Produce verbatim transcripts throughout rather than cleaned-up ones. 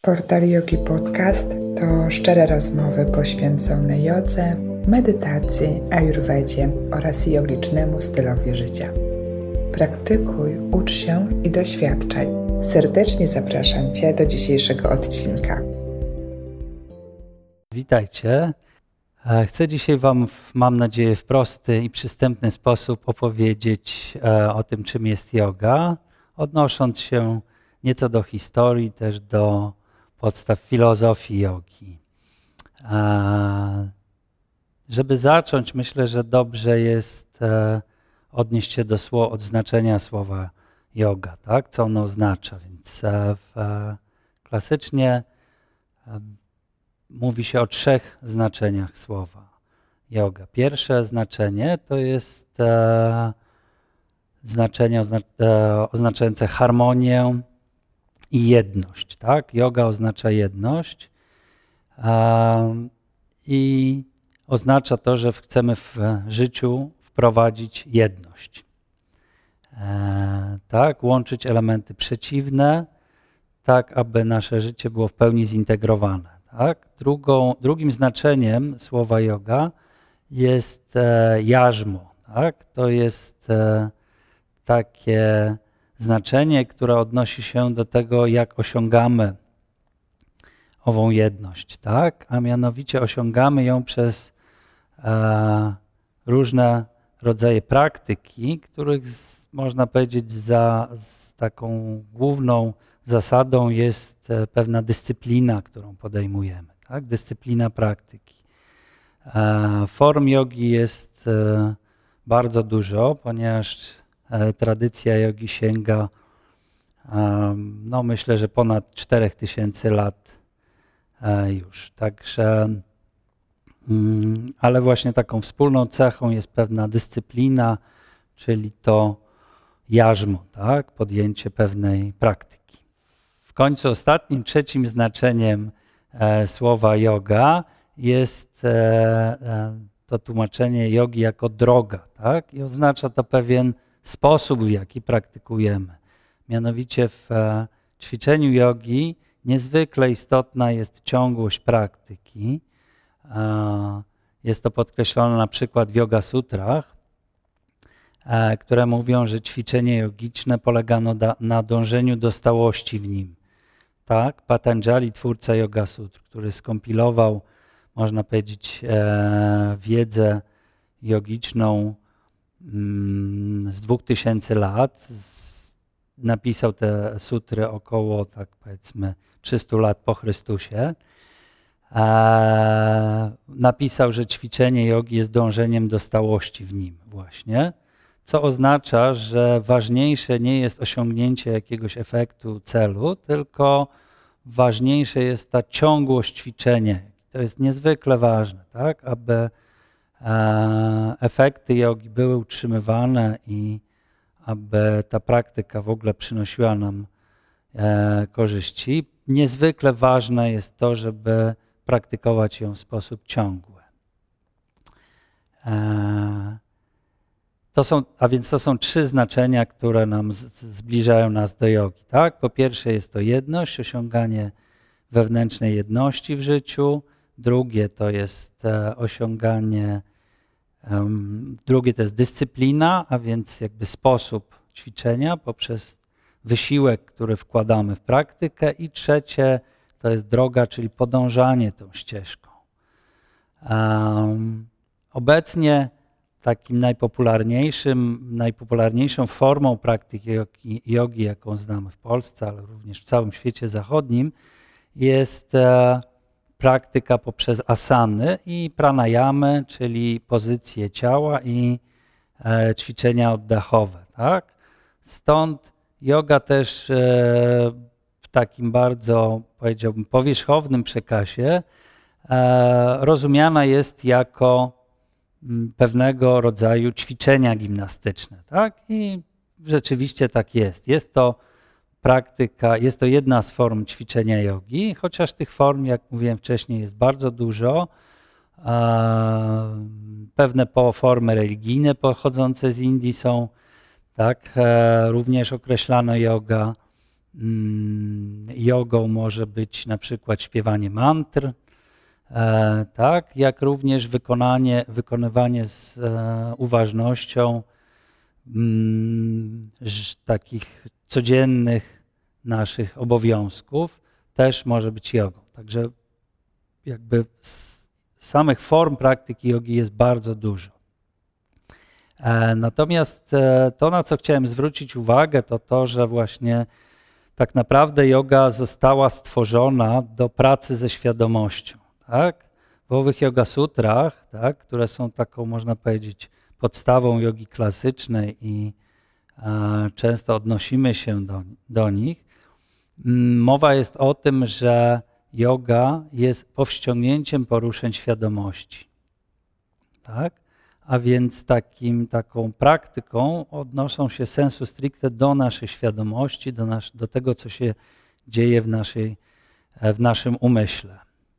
Portal Yogi Podcast to szczere rozmowy poświęcone jodze, medytacji, ajurwedzie oraz jogicznemu stylowi życia. Praktykuj, ucz się i doświadczaj. Serdecznie zapraszam Cię do dzisiejszego odcinka. Witajcie. Chcę dzisiaj Wam, mam nadzieję, w prosty i przystępny sposób opowiedzieć o tym, czym jest yoga, odnosząc się nieco do historii, też do podstaw filozofii jogi. Żeby zacząć, myślę, że dobrze jest odnieść się do słowa, od znaczenia słowa yoga, tak? Co ono oznacza. Więc w, klasycznie mówi się o trzech znaczeniach słowa yoga. Pierwsze znaczenie to jest e, znaczenie ozna, e, oznaczające harmonię i jedność. Tak? Yoga oznacza jedność e, i oznacza to, że chcemy w życiu wprowadzić jedność. E, tak? Łączyć elementy przeciwne, tak aby nasze życie było w pełni zintegrowane. Tak? Drugą, drugim znaczeniem słowa yoga jest e, jarzmo. Tak? To jest e, takie znaczenie, które odnosi się do tego, jak osiągamy ową jedność. Tak? A mianowicie osiągamy ją przez e, różne rodzaje praktyki, których z, można powiedzieć za z taką główną zasadą jest pewna dyscyplina, którą podejmujemy, tak? Dyscyplina praktyki. Form jogi jest bardzo dużo, ponieważ tradycja jogi sięga, no myślę, że ponad czterech tysięcy lat już. Także, ale właśnie taką wspólną cechą jest pewna dyscyplina, czyli to jarzmo, tak? Podjęcie pewnej praktyki. W końcu ostatnim, trzecim znaczeniem e, słowa yoga jest e, e, to tłumaczenie jogi jako droga, tak? I oznacza to pewien sposób, w jaki praktykujemy. Mianowicie w e, ćwiczeniu jogi niezwykle istotna jest ciągłość praktyki. E, jest to podkreślone na przykład w Yoga Sutrach, e, które mówią, że ćwiczenie jogiczne polega no da, na dążeniu do stałości w nim. Tak, Patanjali, twórca Yoga Sutr, który skompilował, można powiedzieć, e, wiedzę jogiczną mm, z dwóch tysięcy lat. Z, napisał te sutry około, tak powiedzmy, trzystu lat po Chrystusie. E, napisał, że ćwiczenie jogi jest dążeniem do stałości w nim właśnie, co oznacza, że ważniejsze nie jest osiągnięcie jakiegoś efektu, celu, tylko ważniejsze jest ta ciągłość ćwiczenia. To jest niezwykle ważne, tak? Aby e, efekty jogi były utrzymywane i aby ta praktyka w ogóle przynosiła nam e, korzyści. Niezwykle ważne jest to, żeby praktykować ją w sposób ciągły. E, To są, a więc to są trzy znaczenia, które nam z, zbliżają nas do jogi. Tak? Po pierwsze jest to jedność, osiąganie wewnętrznej jedności w życiu. Drugie to jest e, osiąganie, um, drugie to jest dyscyplina, a więc jakby sposób ćwiczenia poprzez wysiłek, który wkładamy w praktykę. I trzecie to jest droga, czyli podążanie tą ścieżką. Um, obecnie takim najpopularniejszym, najpopularniejszą formą praktyki jogi, jogi, jaką znamy w Polsce, ale również w całym świecie zachodnim, jest e, praktyka poprzez asany i pranayamy, czyli pozycje ciała i e, ćwiczenia oddechowe. Tak? Stąd yoga też e, w takim bardzo, powiedziałbym, powierzchownym przekazie e, rozumiana jest jako pewnego rodzaju ćwiczenia gimnastyczne, tak? I rzeczywiście tak jest. Jest to praktyka, jest to jedna z form ćwiczenia jogi, chociaż tych form, jak mówiłem wcześniej, jest bardzo dużo. Pewne formy religijne pochodzące z Indii są, tak? Również określano yoga Jogą może być na przykład śpiewanie mantr, e, tak, jak również wykonanie, wykonywanie z e, uważnością m, takich codziennych naszych obowiązków też może być jogą. Także jakby z samych form praktyki jogi jest bardzo dużo. E, natomiast e, to, na co chciałem zwrócić uwagę, to to, że właśnie tak naprawdę joga została stworzona do pracy ze świadomością. Tak? W owych Yoga Sutrach, tak, które są taką, można powiedzieć, podstawą jogi klasycznej i e, często odnosimy się do, do nich, m, mowa jest o tym, że joga jest powściągnięciem poruszeń świadomości. Tak? A więc takim, taką praktyką odnoszą się sensu stricte do naszej świadomości, do, nas, do tego, co się dzieje w, naszej, w naszym umyśle.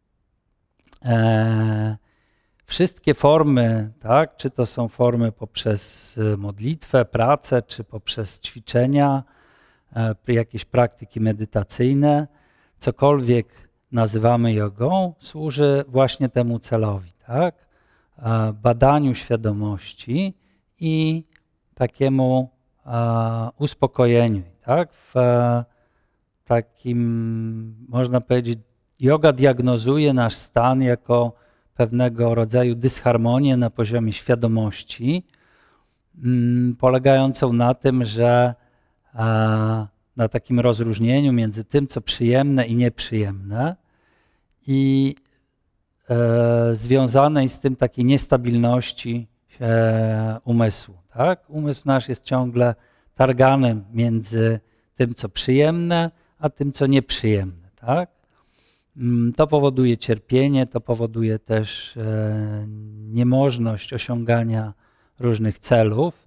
E, wszystkie formy, tak, czy to są formy poprzez modlitwę, pracę, czy poprzez ćwiczenia, e, jakieś praktyki medytacyjne, cokolwiek nazywamy jogą, służy właśnie temu celowi, tak? Badaniu świadomości i takiemu a, uspokojeniu. Tak? W a, takim, można powiedzieć, joga diagnozuje nasz stan jako pewnego rodzaju dysharmonię na poziomie świadomości, m, polegającą na tym, że a, na takim rozróżnieniu między tym, co przyjemne i nieprzyjemne i E, związanej z tym takiej niestabilności e, umysłu. Tak? Umysł nasz jest ciągle targany między tym, co przyjemne, a tym, co nieprzyjemne. Tak? To powoduje cierpienie, to powoduje też e, niemożność osiągania różnych celów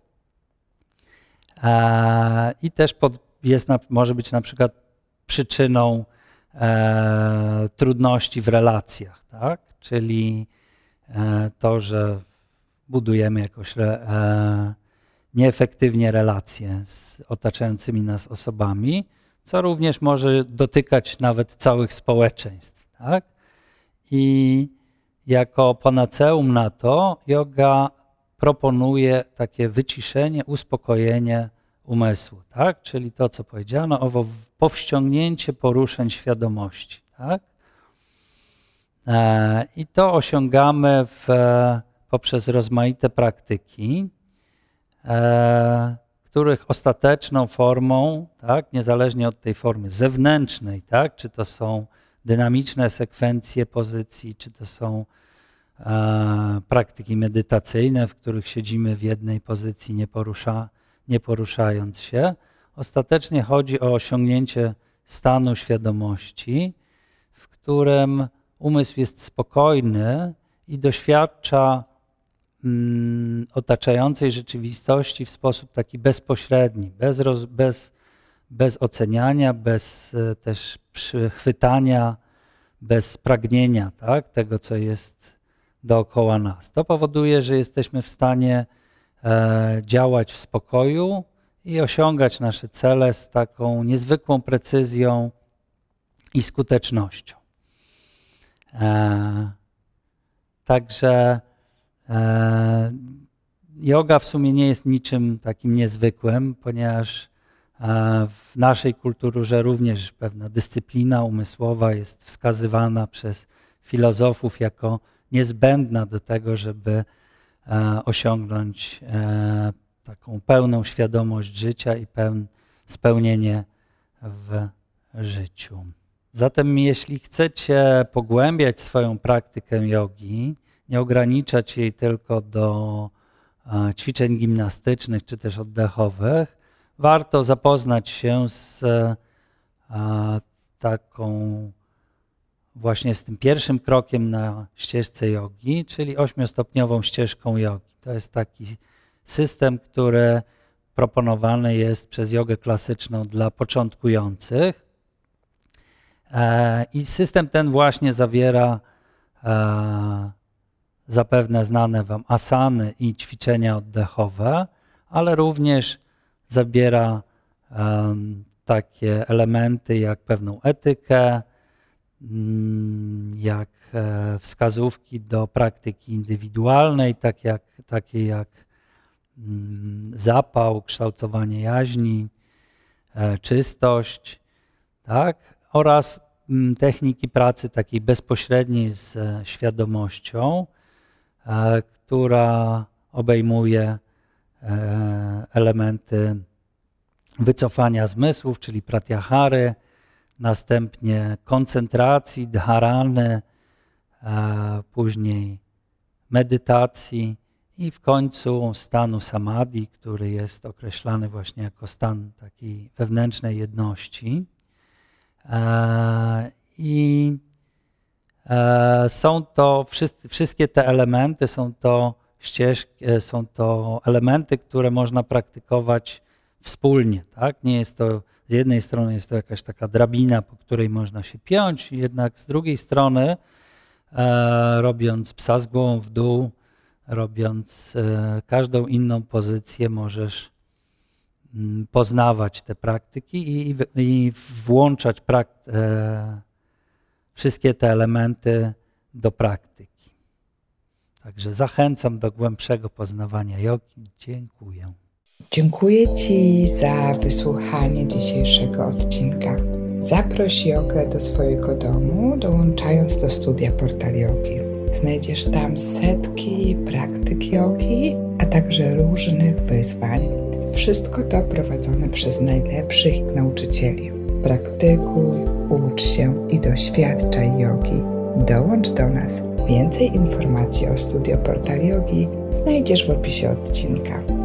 e, i też pod, jest na, może być na przykład przyczyną E, trudności w relacjach, tak? Czyli e, to, że budujemy jakoś re, e, nieefektywnie relacje z otaczającymi nas osobami, co również może dotykać nawet całych społeczeństw, tak? I jako panaceum na to joga proponuje takie wyciszenie, uspokojenie umysłu, tak? Czyli to, co powiedziano, owo powściągnięcie poruszeń świadomości. Tak? E, I to osiągamy w, poprzez rozmaite praktyki, e, których ostateczną formą, tak, niezależnie od tej formy zewnętrznej, tak, czy to są dynamiczne sekwencje pozycji, czy to są e, praktyki medytacyjne, w których siedzimy w jednej pozycji, nie porusza, nie poruszając się. Ostatecznie chodzi o osiągnięcie stanu świadomości, w którym umysł jest spokojny i doświadcza mm, otaczającej rzeczywistości w sposób taki bezpośredni, bez, roz, bez, bez oceniania, bez e, też przychwytania, bez pragnienia, tak, tego, co jest dookoła nas. To powoduje, że jesteśmy w stanie e, działać w spokoju i osiągać nasze cele z taką niezwykłą precyzją i skutecznością. E, także e, joga w sumie nie jest niczym takim niezwykłym, ponieważ e, w naszej kulturze również pewna dyscyplina umysłowa jest wskazywana przez filozofów jako niezbędna do tego, żeby e, osiągnąć e, taką pełną świadomość życia i pełne spełnienie w życiu. Zatem jeśli chcecie pogłębiać swoją praktykę jogi, nie ograniczać jej tylko do e, ćwiczeń gimnastycznych czy też oddechowych, warto zapoznać się z e, taką właśnie z tym pierwszym krokiem na ścieżce jogi, czyli ośmiostopniową ścieżką jogi. To jest taki system, który proponowany jest przez jogę klasyczną dla początkujących. I system ten właśnie zawiera zapewne znane wam asany i ćwiczenia oddechowe, ale również zabiera takie elementy jak pewną etykę, jak wskazówki do praktyki indywidualnej, tak jak, takie jak zapał, kształtowanie jaźni, czystość, tak? Oraz techniki pracy takiej bezpośredniej z świadomością, która obejmuje elementy wycofania zmysłów, czyli pratyahary, następnie koncentracji, dharany, później medytacji i w końcu stanu samadhi, który jest określany właśnie jako stan takiej wewnętrznej jedności. I są to wszystkie te elementy, są to ścieżki, są to elementy, które można praktykować wspólnie, tak? Nie jest to, z jednej strony jest to jakaś taka drabina, po której można się piąć, jednak z drugiej strony e, robiąc psa z głową w dół, robiąc e, każdą inną pozycję, możesz m, poznawać te praktyki i, i włączać prak, e, wszystkie te elementy do praktyki. Także zachęcam do głębszego poznawania jogi. Dziękuję. Dziękuję Ci za wysłuchanie dzisiejszego odcinka. Zaproś jogę do swojego domu, dołączając do studia Portal Jogi. Znajdziesz tam setki praktyk jogi, a także różnych wyzwań. Wszystko to prowadzone przez najlepszych nauczycieli. Praktykuj, ucz się i doświadczaj jogi. Dołącz do nas. Więcej informacji o studio Portal Jogi znajdziesz w opisie odcinka.